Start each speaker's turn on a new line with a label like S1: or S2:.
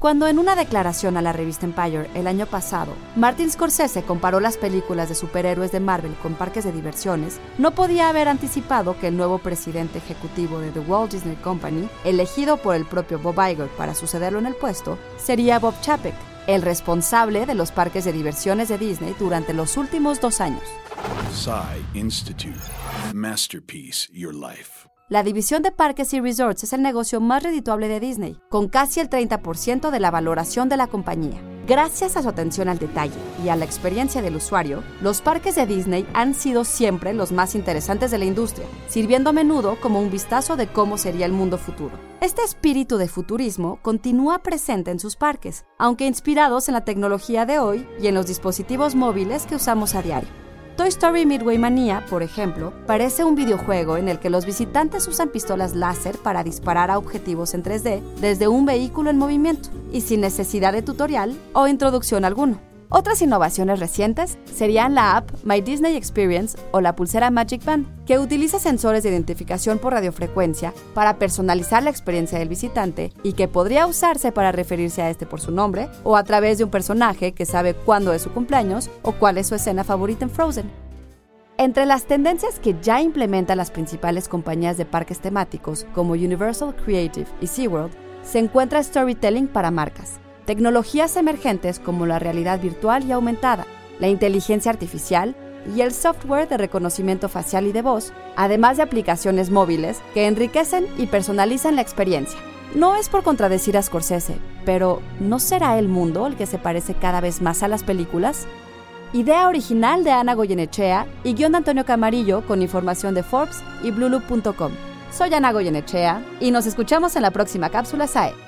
S1: Cuando en una declaración a la revista Empire el año pasado, Martin Scorsese comparó las películas de superhéroes de Marvel con parques de diversiones, no podía haber anticipado que el nuevo presidente ejecutivo de The Walt Disney Company, elegido por el propio Bob Iger para sucederlo en el puesto, sería Bob Chapek, el responsable de los parques de diversiones de Disney durante los últimos 2 años.
S2: Psy Institute. Masterpiece Your Life.
S1: La división de parques y resorts es el negocio más redituable de Disney, con casi el 30% de la valoración de la compañía. Gracias a su atención al detalle y a la experiencia del usuario, los parques de Disney han sido siempre los más interesantes de la industria, sirviendo a menudo como un vistazo de cómo sería el mundo futuro. Este espíritu de futurismo continúa presente en sus parques, aunque inspirados en la tecnología de hoy y en los dispositivos móviles que usamos a diario. Toy Story Midway Mania, por ejemplo, parece un videojuego en el que los visitantes usan pistolas láser para disparar a objetivos en 3D desde un vehículo en movimiento y sin necesidad de tutorial o introducción alguno. Otras innovaciones recientes serían la app My Disney Experience o la pulsera Magic Band, que utiliza sensores de identificación por radiofrecuencia para personalizar la experiencia del visitante y que podría usarse para referirse a este por su nombre o a través de un personaje que sabe cuándo es su cumpleaños o cuál es su escena favorita en Frozen. Entre las tendencias que ya implementan las principales compañías de parques temáticos como Universal Creative y SeaWorld, se encuentra storytelling para marcas. Tecnologías emergentes como la realidad virtual y aumentada, la inteligencia artificial y el software de reconocimiento facial y de voz, además de aplicaciones móviles que enriquecen y personalizan la experiencia. No es por contradecir a Scorsese, pero ¿no será el mundo el que se parece cada vez más a las películas? Idea original de Ana Goyenechea y guión de Antonio Camarillo con información de Forbes y blueloop.com. Soy Ana Goyenechea y nos escuchamos en la próxima cápsula SAE.